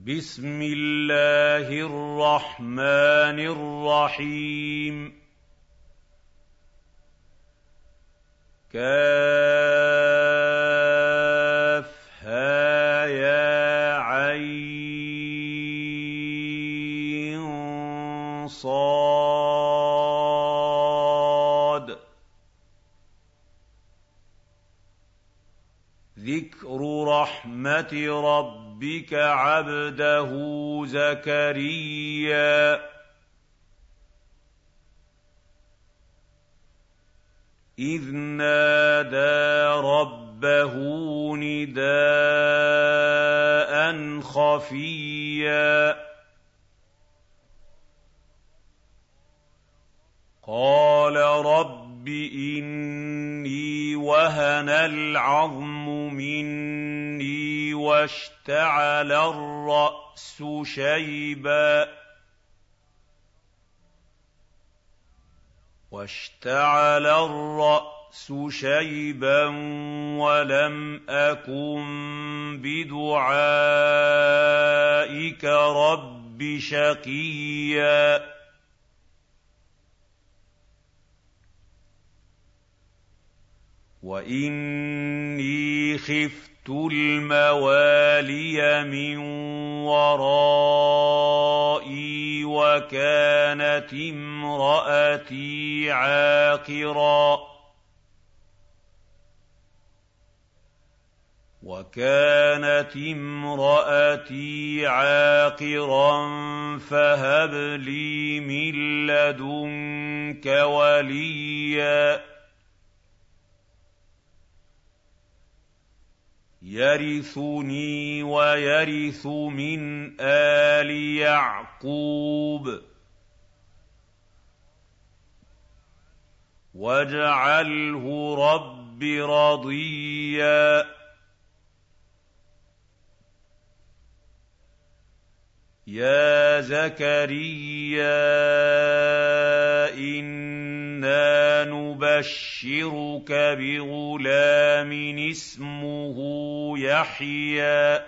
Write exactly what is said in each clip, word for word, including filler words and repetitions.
بسم الله الرحمن الرحيم كافها يا عين صاد ذكر رحمة ربك عبده زكريا إذ نادى ربه نداء خفيا قال رب إني وهن العظم مني واشتعل الرأس شيبا واشتعل الرأس شيبا ولم أكن بدعائك رب شقيا وإني خفت الموالي من ورائي وكانت امرأتي عاقرا وكانت امرأتي عاقرا فهب لي من لدنك وليا يرثني ويرث من آل يعقوب واجعله رب رضيا يا زكريا إنا نبشرك بغلام اسمه يحيى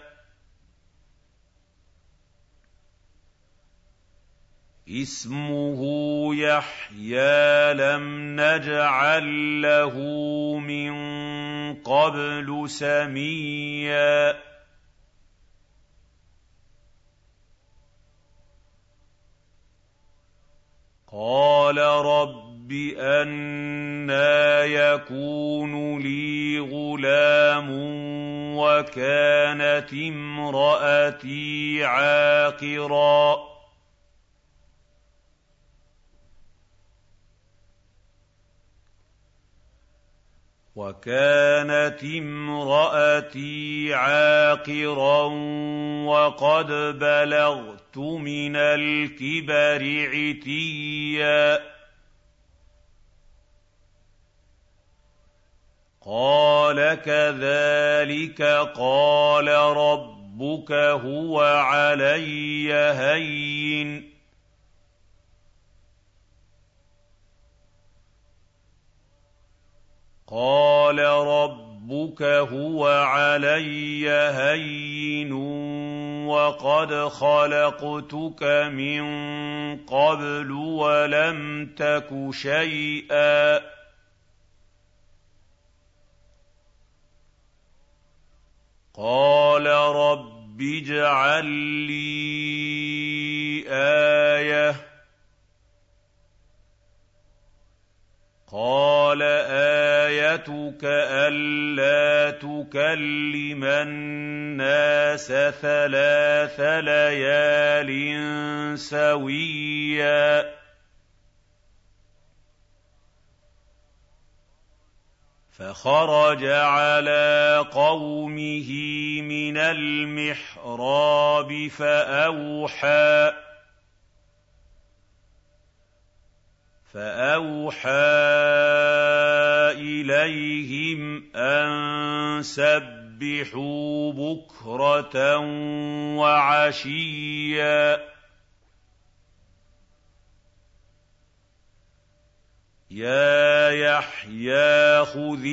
اسمه يحيى لم نجعل له من قبل سميا قال رب أنى يكون لي غلام وكانت امرأتي عاقرا وكانت امرأتي عاقرا وقد بلغت من الكبر عتيا قال كذلك قال ربك هو علي هين قال ربك هو علي هين وقد خلقتك من قبل ولم تك شيئا قال رب اجعل لي آية قال آيتك ألا تكلم الناس ثلاث ليال سويا فخرج على قومه من المحراب فأوحى فأوحى إليهم أن سبحوا بكرة وعشيا يا يحيى خذ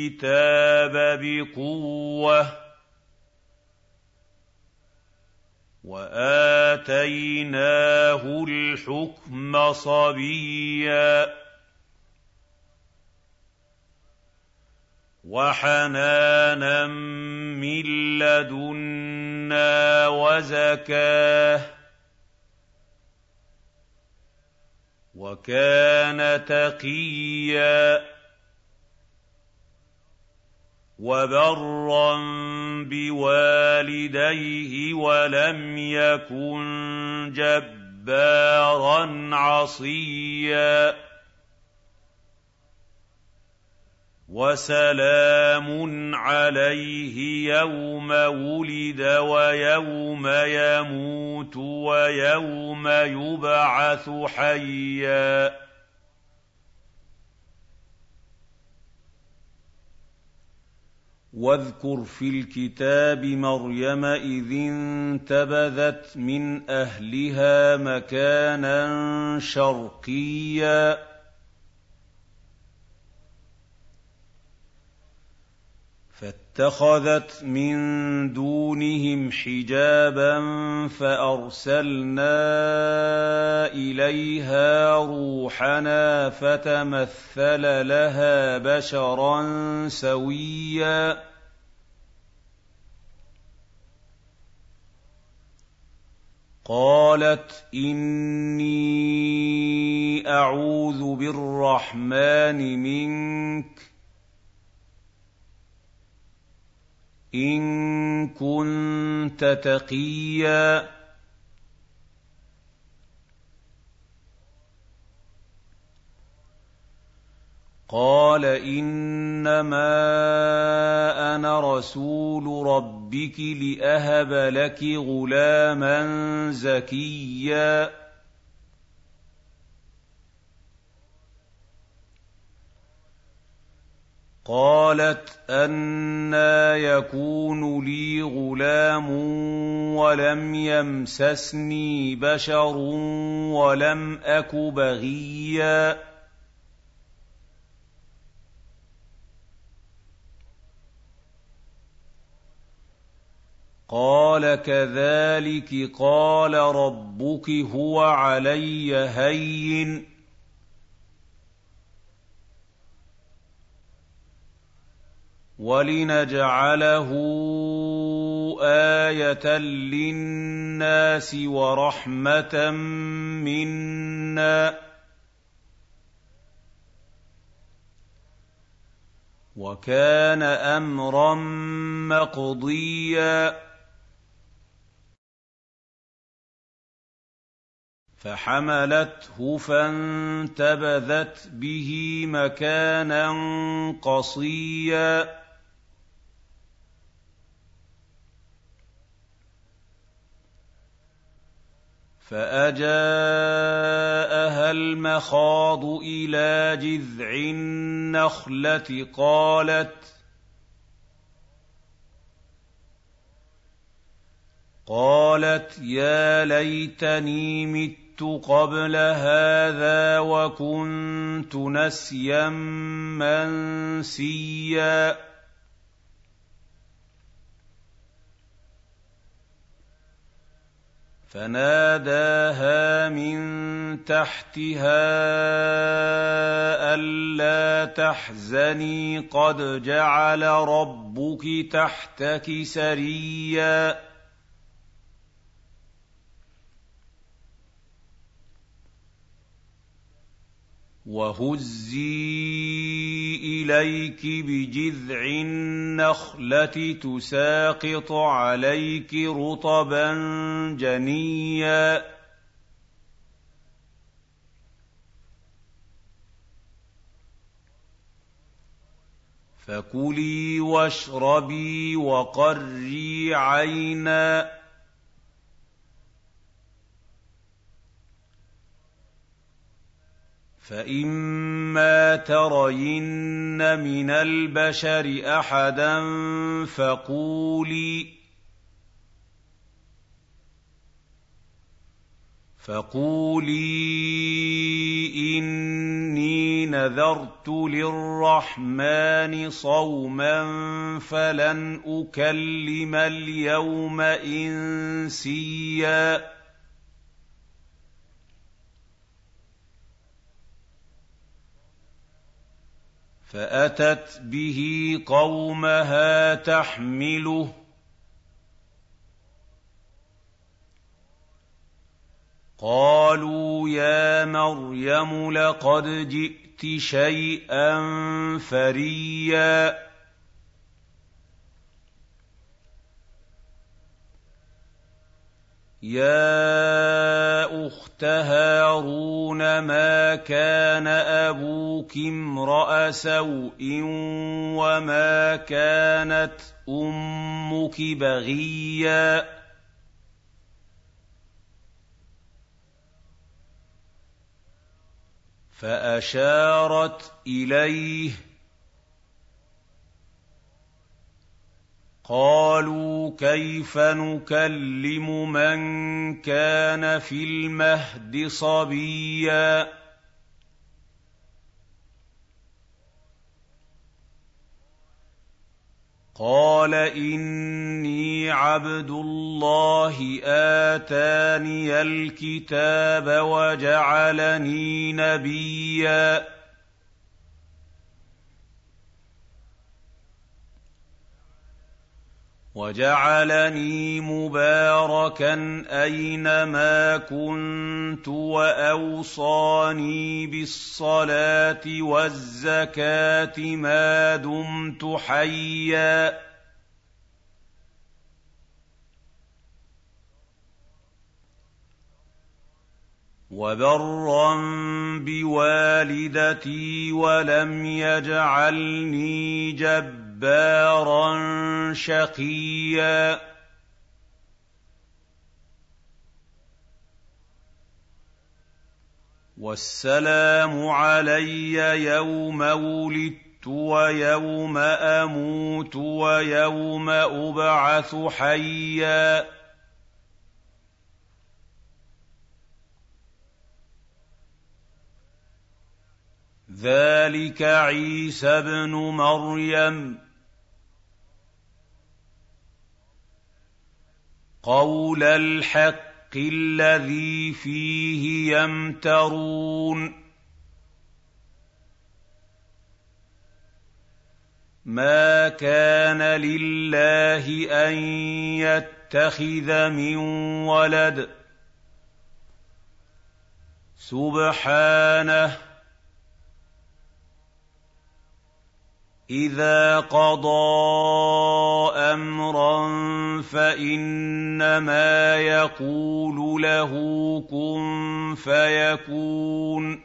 الكتاب بقوة وَآتَيْنَاهُ الْحُكْمَ صَبِيًّا وَحَنَانًا مِّن لَّدُنَّا وَزَكَاةً ۖ وَكَانَ تَقِيًّا وَبَرًّا بِوَالِدَيْهِ وَلَمْ يَكُن جَبَّارًا عَصِيًّا وَسَلَامٌ عَلَيْهِ يَوْمَ وُلِدَ وَيَوْمَ يَمُوتُ وَيَوْمَ يُبْعَثُ حَيًّا وَاذْكُرْ فِي الْكِتَابِ مَرْيَمَ إِذِ انتَبَذَتْ مِنْ أَهْلِهَا مَكَانًا شَرْقِيًّا فَاتَّخَذَتْ مِن دُونِهِمْ حِجَابًا فَأَرْسَلْنَا إِلَيْهَا رُوحَنَا فَتَمَثَّلَ لَهَا بَشَرًا سَوِيًّا قَالَتْ إِنِّي أَعُوذُ بِالرَّحْمَٰنِ مِنكَ إِن كُنتَ تَقِيًّا قَالَ إِنَّمَا أَنَا رَسُولُ رَبِّكِ لِأَهَبَ لَكِ غُلَامًا زَكِيًّا قَالَتْ أَنَّىٰ يَكُونُ لِي غُلَامٌ وَلَمْ يَمْسَسْنِي بَشَرٌ وَلَمْ أَكُ بَغِيًّا قَالَ كَذَٰلِكِ قَالَ رَبُّكِ هُوَ عَلَيَّ هَيِّنٌ وَلِنَجْعَلَهُ آيَةً لِّلنَّاسِ وَرَحْمَةً مِّنَّا ۚ وَكَانَ أَمْرًا مَّقْضِيًّا فَحَمَلَتْهُ فَانتَبَذَتْ بِهِ مَكَانًا قَصِيًّا فَأَجَاءَهَا الْمَخَاضُ إِلَىٰ جِذْعِ النَّخْلَةِ قَالَتْ قَالَتْ يَا لَيْتَنِي مِتُّ قَبْلَ هَٰذَا وَكُنتُ نَسْيًا مَّنسِيًّا فَنَادَاهَا مِن تَحْتِهَا أَلَّا تَحْزَنِي قَدْ جَعَلَ رَبُّكِ تَحْتَكِ سَرِيًّا وَهُزِّي إِلَيْكِ بِجِذْعِ النَّخْلَةِ تُسَاقِطْ عَلَيْكِ رُطَبًا جَنِيًّا فَكُلِي وَاشْرَبِي وَقَرِّي عَيْنًا ۖ فَإِمَّا تَرَيِنَّ مِنَ الْبَشَرِ أَحَدًا فَقُولِي فَقُولِي إِنِّي نذرت للرحمن صوما فلن أكلم اليوم إنسيا فأتت به قومها تحمله قالوا يا مريم لقد جئت شيئا فريا يا أخت هارون ما كان أبوك امرأ سوء وما كانت أمك بغيا فأشارت إليه قالوا كيف نكلم من كان في المهد صبيا قال إني عبد الله آتاني الكتاب وجعلني نبيا وجعلني مباركا أينما كنت وأوصاني بالصلاة والزكاة ما دمت حيا وبرا بوالدتي ولم يجعلني جبارا جبارا شقيا والسلام علي يوم ولدت ويوم أموت ويوم أبعث حيا ذلك عيسى ابن مريم قول الحق الذي فيه يمترون ما كان لله أن يتخذ من ولد سبحانه إذا قضى أمرا فإنما يقول له كن فيكون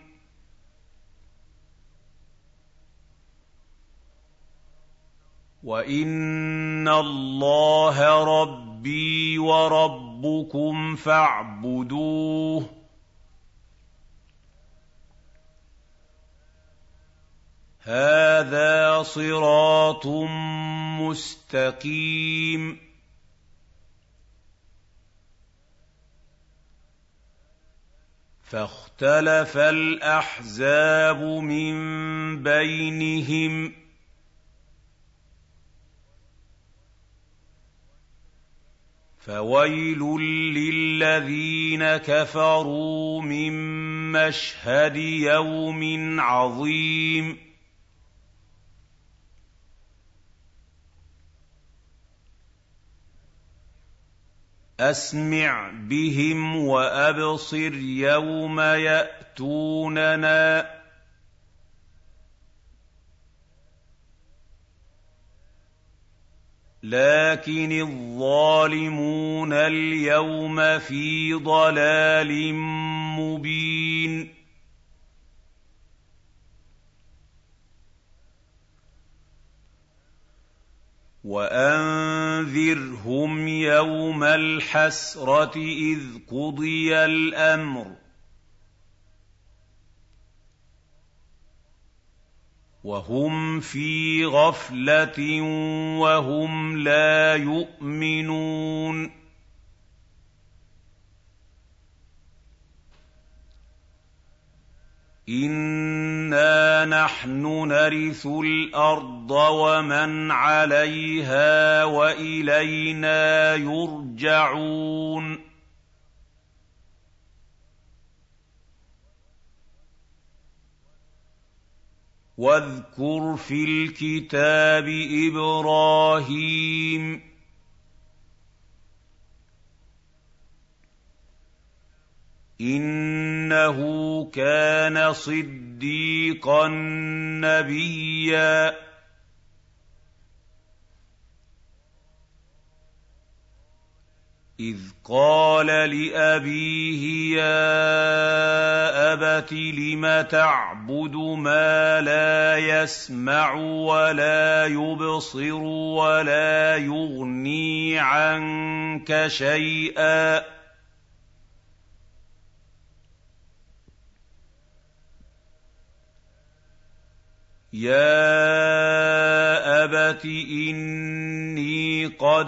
وإن الله ربي وربكم فاعبدوه هذا صراط مستقيم فاختلف الأحزاب من بينهم فويل للذين كفروا من مشهد يوم عظيم أسمع بهم وأبصر يوم يأتوننا لكن الظالمون اليوم في ضلال مبين وأنذرهم يوم الحسرة إذ قضي الأمر وهم في غفلة وهم لا يؤمنون إنا إِنَّا نَحْنُ نَرِثُ الْأَرْضَ وَمَنْ عَلَيْهَا وَإِلَيْنَا يُرْجَعُونَ وَاذْكُرْ فِي الْكِتَابِ إِبْرَاهِيمَ إِنَّهُ كَانَ صِدِّيقًا نَّبِيًّا إِذْ قَالَ لِأَبِيهِ يَا أَبَتِ لِمَ تَعْبُدُ مَا لَا يَسْمَعُ وَلَا يُبْصِرُ وَلَا يُغْنِي عَنكَ شَيْئًا يَا أَبَتِ إِنِّي قَدْ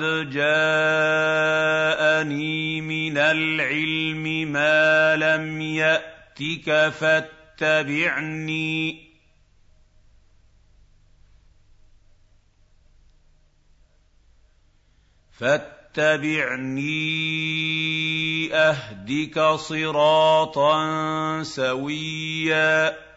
جَاءَنِي مِنَ الْعِلْمِ مَا لَمْ يَأْتِكَ فَاتَّبِعْنِي فَاتَّبِعْنِي أَهْدِكَ صِرَاطًا سَوِيًّا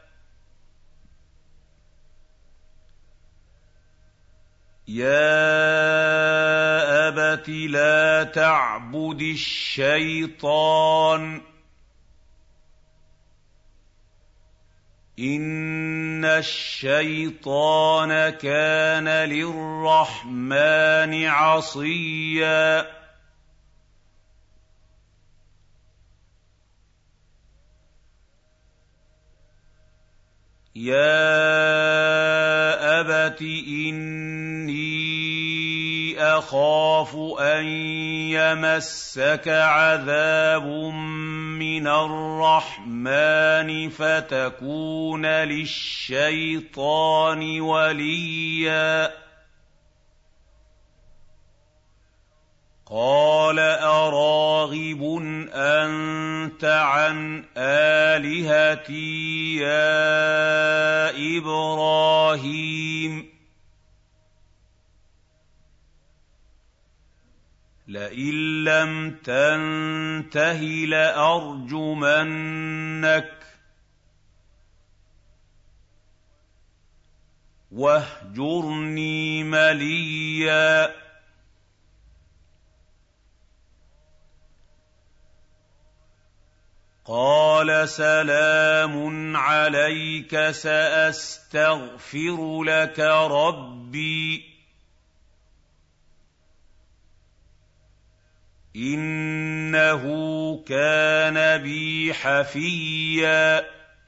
يَا أَبَتِ لَا تَعْبُدِ الشَّيْطَانَ ۖ إِنَّ الشَّيْطَانَ كَانَ لِلرَّحْمَٰنِ عَصِيًّا يَا أَبَتِ إِنِّي أَخَافُ أَن يَمَسَّكَ عَذَابٌ مِّنَ الرَّحْمَٰنِ فَتَكُونَ لِلشَّيْطَانِ وَلِيًّا قَالَ أَرَاغِبٌ أَنتَ عَنْ آلِهَتِي يَا إِبْرَاهِيمُ لَئِن لَّمْ تَنتَهِ لَأَرْجُمَنَّكَ وَاهْجُرْنِي مَلِيًّا قَالَ سَلَامٌ عَلَيْكَ سَأَسْتَغْفِرُ لَكَ رَبِّي إِنَّهُ كَانَ بِي حَفِيًّا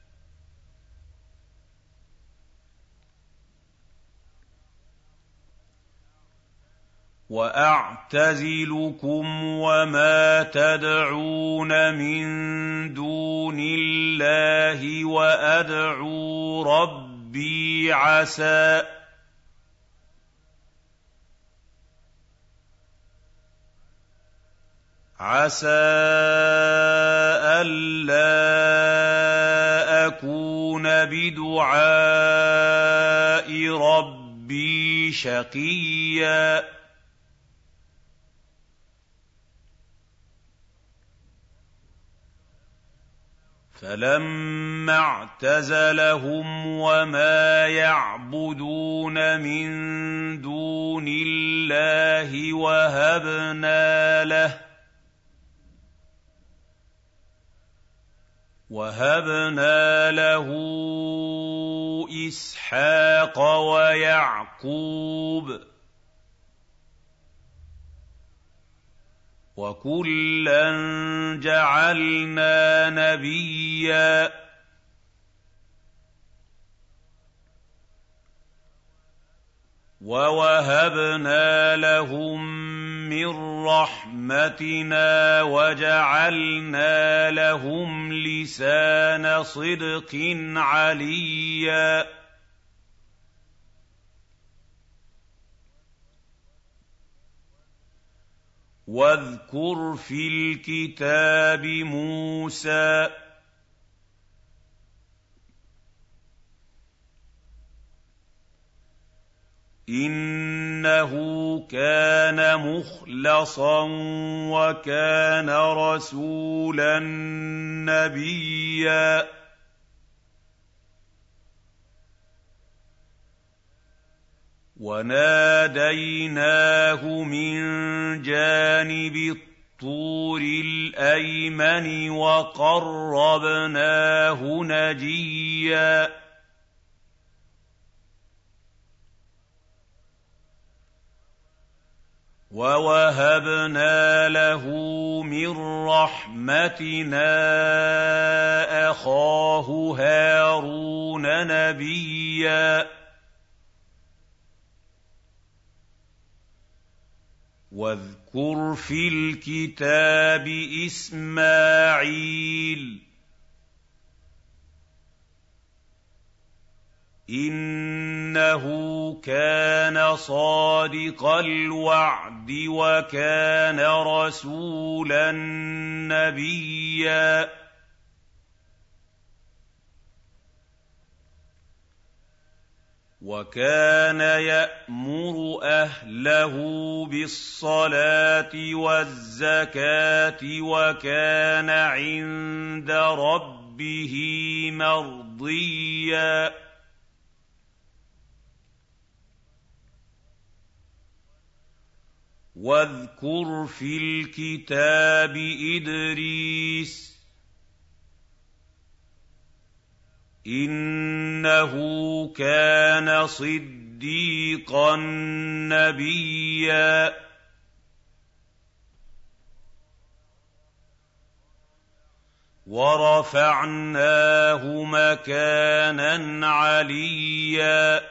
وَأَعْتَزِلُكُمْ وَمَا تَدْعُونَ مِن دُونِ اللَّهِ وَأَدْعُو رَبِّي عَسَىٰ عَسَىٰ أَلَّا أَكُونَ بِدُعَاءِ رَبِّي شَقِيًّا فَلَمَّا اعْتَزَلَهُمْ وَمَا يَعْبُدُونَ مِن دُونِ اللَّهِ وَهَبْنَا لَهُ وَهَبْنَا لَهُ إِسْحَاقَ وَيَعْقُوبَ وَكُلًّا جَعَلْنَا نَبِيًّا وَوَهَبْنَا لَهُم مِّن رَّحْمَتِنَا وَجَعَلْنَا لَهُمْ لِسَانَ صِدْقٍ عَلِيًّا وَاذْكُرْ فِي الْكِتَابِ مُوسَىٰ إِنَّهُ كَانَ مُخْلَصًا وَكَانَ رَسُولًا نَّبِيًّا وَنَادَيْنَاهُ مِن جَانِبِ الطُّورِ الْأَيْمَنِ وَقَرَّبْنَاهُ نَجِيًّا وَوَهَبْنَا لَهُ مِن رَّحْمَتِنَا أَخَاهُ هَارُونَ نَبِيًّا وَاذْكُرْ فِي الْكِتَابِ إِسْمَاعِيلَ إِنَّهُ كَانَ صَادِقَ الْوَعْدِ وَكَانَ رَسُولًا نَّبِيًّا وَكَانَ يَأْمُرُ أَهْلَهُ بِالصَّلَاةِ وَالزَّكَاةِ وَكَانَ عِندَ رَبِّهِ مَرْضِيًّا وَاذْكُرْ فِي الْكِتَابِ إِدْرِيسَ إِنَّهُ كَانَ صِدِّيقًا نَّبِيًّا وَرَفَعْنَاهُ مَكَانًا عَلِيًّا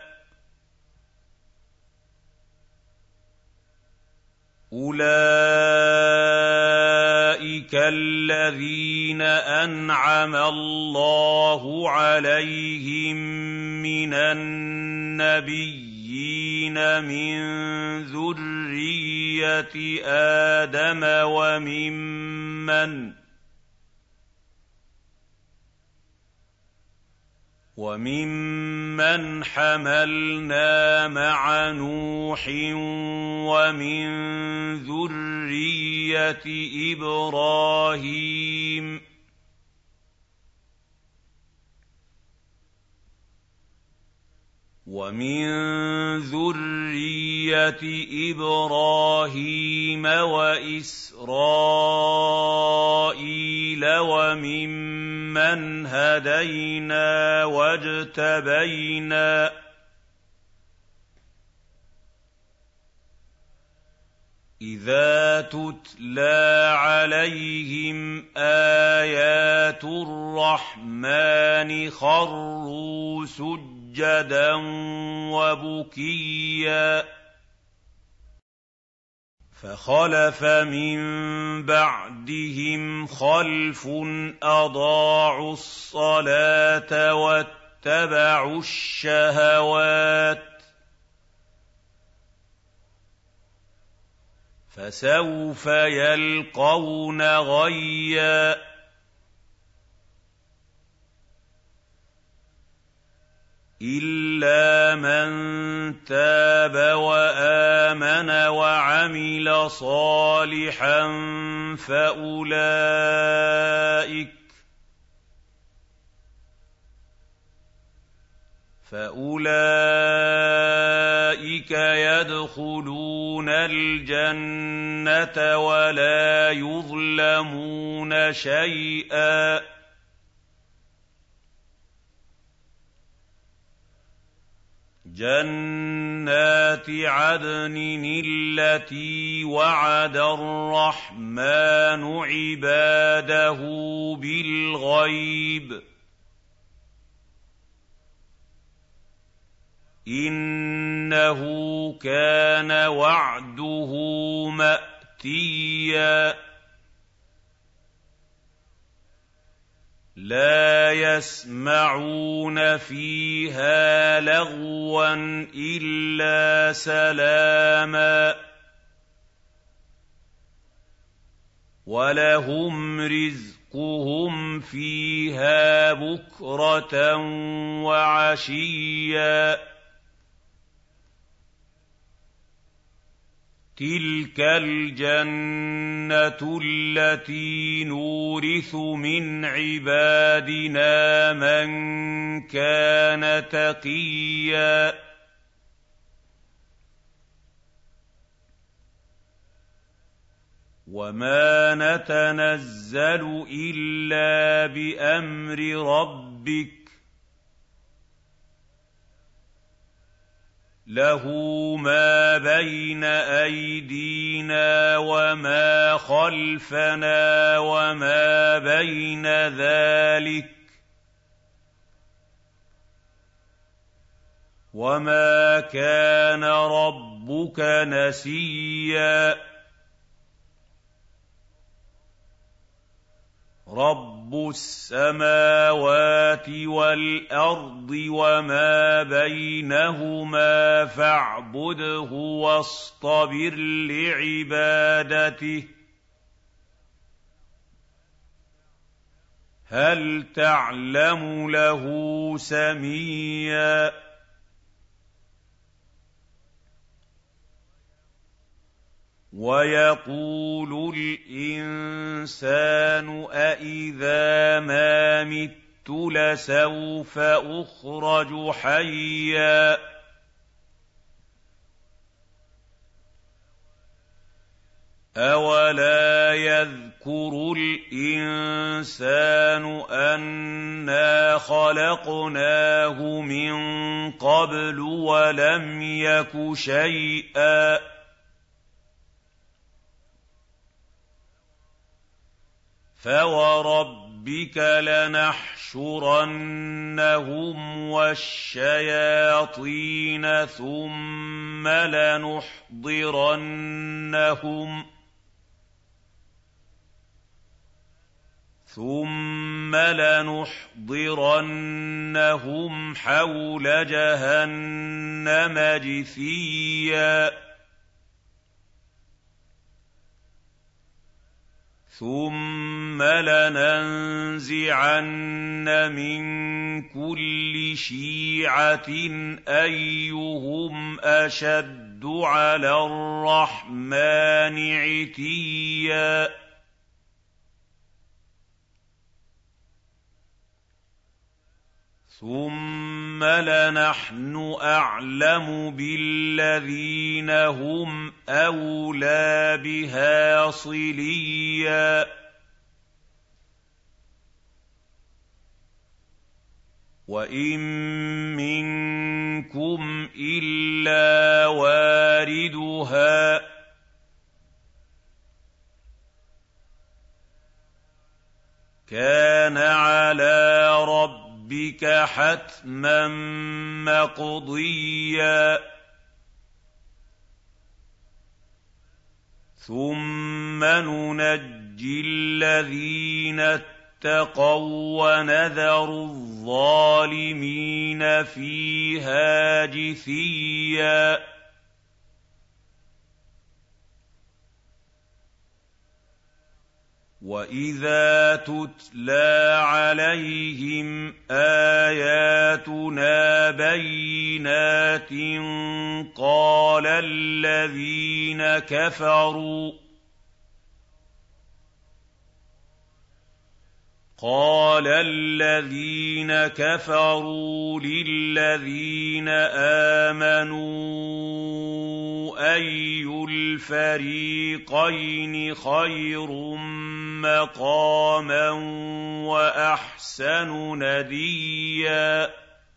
أُولَٰئِكَ الَّذِينَ أَنْعَمَ اللَّهُ عَلَيْهِم مِّنَ النَّبِيِّينَ مِن ذُرِّيَّةِ آدَمَ وَمِمَّنْ وَمِمَّنْ حَمَلْنَا مَعَ نُوحٍ وَمِن ذُرِّيَّةِ إِبْرَاهِيمَ وَمِن ذُرِّيَّةِ إِبْرَاهِيمَ وَإِسْرَائِيلَ وَمِمَّنْ هَدَيْنَا وَاجْتَبَيْنَا إِذَا تُتْلَىٰ عَلَيْهِمْ آيَاتُ الرَّحْمَٰنِ خَرُّوا سُجَّدًا وَبُكِيًّا فَخَلَفَ مِن بَعْدِهِمْ خَلْفٌ أَضَاعُوا الصَّلَاةَ وَاتَّبَعُوا الشَّهَوَاتِ فَسَوْفَ يَلْقَوْنَ غَيًّا إِلَّا مَن تَابَ وَآمَنَ وَعَمِلَ صَالِحًا فَأُولَٰئِكَ فَأُولَٰئِكَ يَدْخُلُونَ الْجَنَّةَ وَلَا يُظْلَمُونَ شَيْئًا جَنَّاتِ عَدْنٍ الَّتِي وَعَدَ الرَّحْمَٰنُ عِبَادَهُ بِالْغَيْبِ إِنَّهُ كَانَ وَعْدُهُ مَأْتِيًّا لَا يَسْمَعُونَ فِيهَا لَغْوًا إِلَّا سَلَامًا وَلَهُمْ رِزْقُهُمْ فِيهَا بُكْرَةً وَعَشِيًّا تِلْكَ الْجَنَّةُ الَّتِي نُورِثُ مِنْ عِبَادِنَا مَن كَانَ تَقِيًّا وَمَا نَتَنَزَّلُ إِلَّا بِأَمْرِ رَبِّكَ لَهُ مَا بَيْنَ أَيْدِينَا وَمَا خَلْفَنَا وَمَا بَيْنَ ذَٰلِكَ وَمَا كَانَ رَبُّكَ نَسِيًّا رَبُّ السَّمَاوَاتِ وَالْأَرْضِ وَمَا بَيْنَهُمَا فَاعْبُدْهُ وَاصْطَبِرْ لِعِبَادَتِهِ هَلْ تَعْلَمُ لَهُ سَمِيًّا وَيَقُولُ الْإِنسَانُ أَإِذَا مَا مِتُّ لَسَوْفَ أُخْرَجُ حَيًّا أَوَلَا يَذْكُرُ الْإِنسَانُ أَنَّا خَلَقْنَاهُ مِن قَبْلُ وَلَمْ يَكُ شَيْئًا فَوَرَبِّكَ لَنَحْشُرَنَّهُمْ وَالشَّيَاطِينَ ثُمَّ لَنُحْضِرَنَّهُمْ ثُمَّ لَنُحْضِرَنَّهُمْ حَوْلَ جَهَنَّمَ جِثِيًّا ثُمَّ لَنَنزِعَنَّ مِن كُلِّ شِيعَةٍ أَيُّهُمْ أَشَدُّ عَلَى الرَّحْمَٰنِ عِتِيًّا ثُمَّ لَنَحْنُ أَعْلَمُ بِالَّذِينَ هُمْ أَوْلَىٰ بِهَا صِلِيًّا وَإِن مِّنكُمْ إِلَّا وَارِدُهَا كَانَ عَلَىٰ رَبِّكَ رَبِّكَ حَتْمًا مَّقْضِيًّا ثُمَّ نُنَجِّي الَّذِينَ اتَّقَوا وَّنَذَرُ الظَّالِمِينَ فِيهَا جِثِيًّا وَإِذَا تُتْلَىٰ عَلَيْهِمْ آيَاتُنَا بَيِّنَاتٍ قَالَ الَّذِينَ كَفَرُوا قَالَ الَّذِينَ كَفَرُوا لِلَّذِينَ آمَنُوا أَيُّ الْفَرِيقَيْنِ خَيْرٌ مَّقَامًا وَأَحْسَنُ نَدِيًّا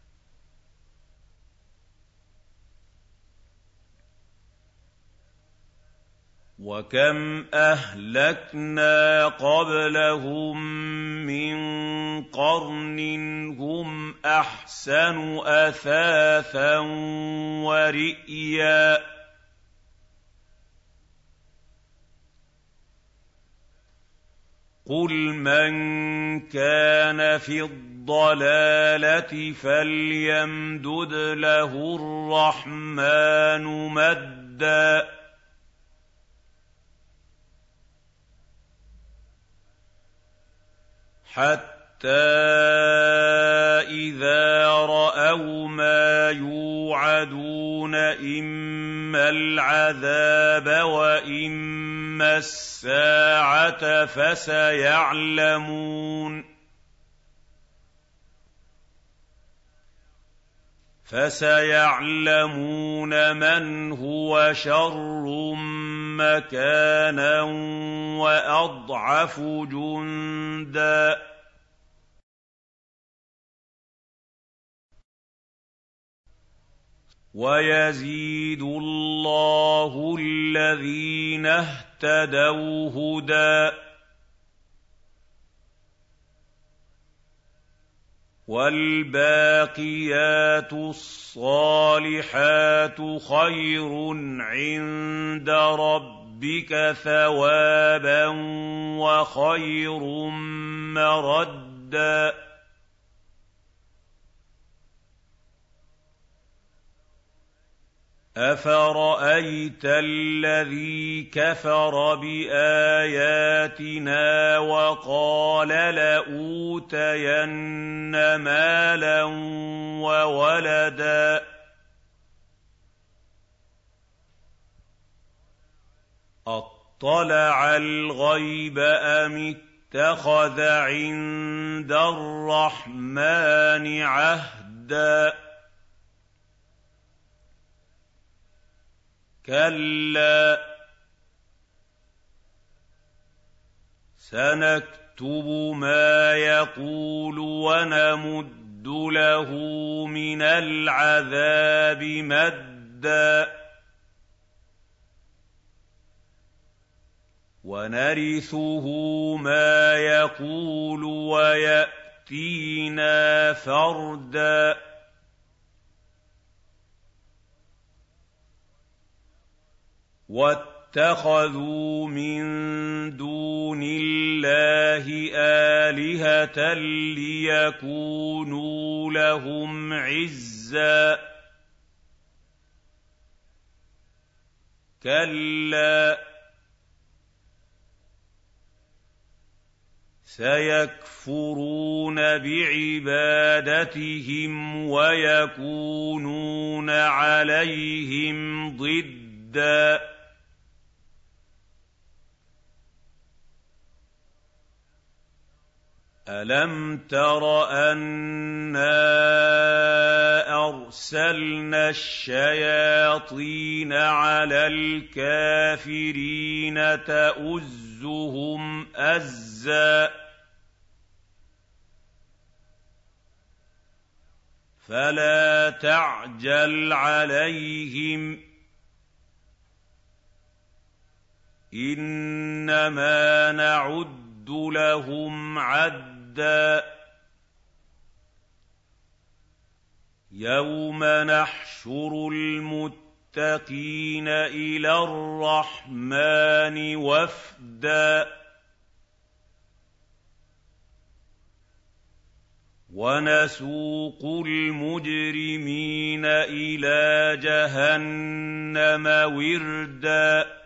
وَكَمْ أَهْلَكْنَا قَبْلَهُم مِّن قَرْنٍ هُمْ أَحْسَنُ أَثَاثًا وَرِئْيًا قُلْ مَن كَانَ فِي الضَّلَالَةِ فَلْيَمْدُدْ لَهُ الرَّحْمَٰنُ مَدًّا حَتَّىٰ إِذَا رَأَوْا مَا يُوعَدُونَ إِمَّا إِمَّا الْعَذَابَ وَإِمَّا السَّاعَةَ فَسَيَعْلَمُونَ فَسَيَعْلَمُونَ مَنْ هُوَ شَرٌّ مَّكَانًا وَأَضْعَفُ جُندًا وَيَزِيدُ اللَّهُ الَّذِينَ اهْتَدَوْا هُدًى وَالْبَاقِيَاتُ الصَّالِحَاتُ خَيْرٌ عِندَ رَبِّكَ ثَوَابًا وَخَيْرٌ مَّرَدًّا أَفَرَأَيْتَ الَّذِي كَفَرَ بِآيَاتِنَا وَقَالَ لَأُوتَيَنَّ مَالًا وَوَلَدًا أَطَّلَعَ الْغَيْبَ أَمِ اتَّخَذَ عِندَ الرَّحْمَٰنِ عَهْدًا كَلَّا سَنَكْتُبُ مَا يَقُولُ وَنَمُدُّ لَهُ مِنَ الْعَذَابِ مَدًّا وَنَرِثُهُ مَا يَقُولُ وَيَأْتِينَا فَرْدًا وَاتَّخَذُوا مِن دُونِ اللَّهِ آلِهَةً لِّيَكُونُوا لَهُمْ عِزًّا كَلَّا سَيَكْفُرُونَ بِعِبَادَتِهِمْ وَيَكُونُونَ عَلَيْهِمْ ضِدًّا أَلَمْ تَرَ أَنَّا أَرْسَلْنَا الشَّيَاطِينَ عَلَى الْكَافِرِينَ تَؤُزُّهُمْ أَزًّا فَلَا تَعْجَلْ عَلَيْهِمْ إِنَّمَا نَعُدُّ لَهُمْ عَدًّا يَوْمَ نَحْشُرُ الْمُتَّقِينَ إِلَى الرَّحْمَٰنِ وَفْدًا وَنَسُوقُ الْمُجْرِمِينَ إِلَىٰ جَهَنَّمَ وِرْدًا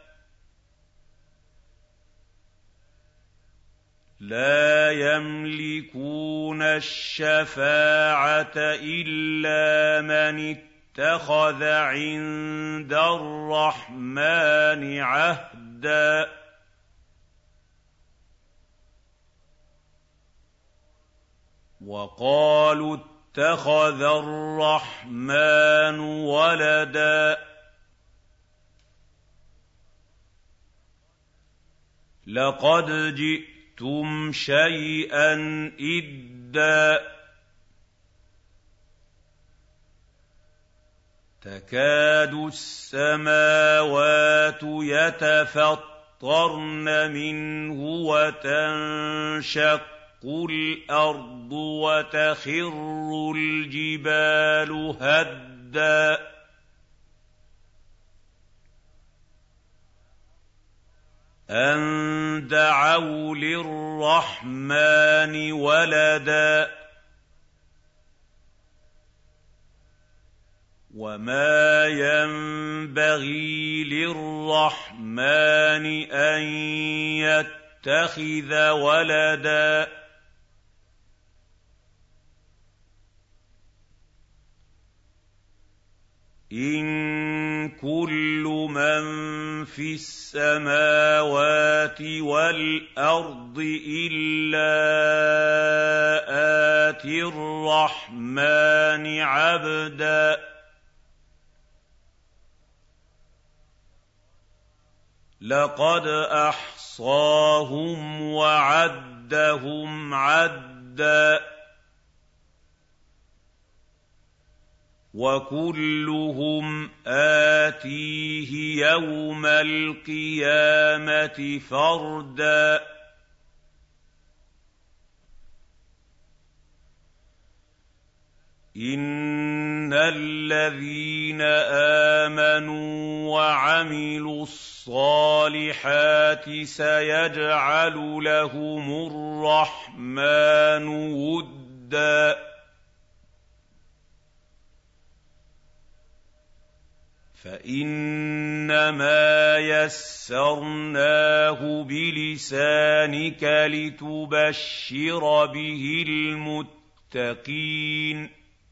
لَا يَمْلِكُونَ الشَّفَاعَةَ إِلَّا مَنِ اتَّخَذَ عِندَ الرَّحْمَٰنِ عَهْدًا وَقَالُوا اتَّخَذَ الرَّحْمَٰنُ وَلَدًا لَّقَدْ جِئْتُمْ شَيْئًا إِدًّا تَكَادُ السَّمَاوَاتُ يَتَفَطَّرْنَ مِنْهُ وَتَنشَقُّ الْأَرْضُ وَتَخِرُّ الْجِبَالُ هَدًّا أَن دَعَوْا لِلرَّحْمَٰنِ وَلَدًا وَمَا يَنبَغِي لِلرَّحْمَٰنِ أَن يَتَّخِذَ وَلَدًا إِن كُلُّ مَن فِي السَّمَاوَاتِ وَالْأَرْضِ إِلَّا آتِي الرَّحْمَٰنِ عَبْدًا لَّقَدْ أَحْصَاهُمْ وَعَدَّهُمْ عَدًّا وَكُلُّهُمْ آتِيهِ يَوْمَ الْقِيَامَةِ فَرْدًا إِنَّ الَّذِينَ آمَنُوا وَعَمِلُوا الصَّالِحَاتِ سَيَجْعَلُ لَهُمُ الرَّحْمَٰنُ وُدًّا فَإِنَّمَا يَسَّرْنَاهُ بِلِسَانِكَ لِتُبَشِّرَ بِهِ الْمُتَّقِينَ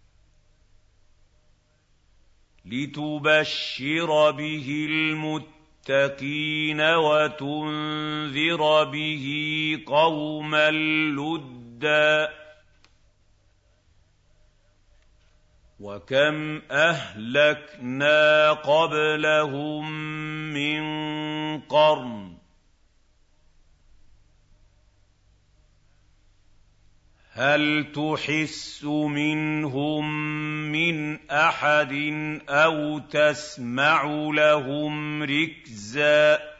لِتُبَشِّرَ بِهِ الْمُتَّقِينَ وَتُنذِرَ بِهِ قَوْمًا لُّدًّا وَكَمْ أَهْلَكْنَا قَبْلَهُم مِّن قَرْنٍ هَلْ تُحِسُّ مِنْهُم مِّنْ أَحَدٍ أَوْ تَسْمَعُ لَهُمْ رِكْزًا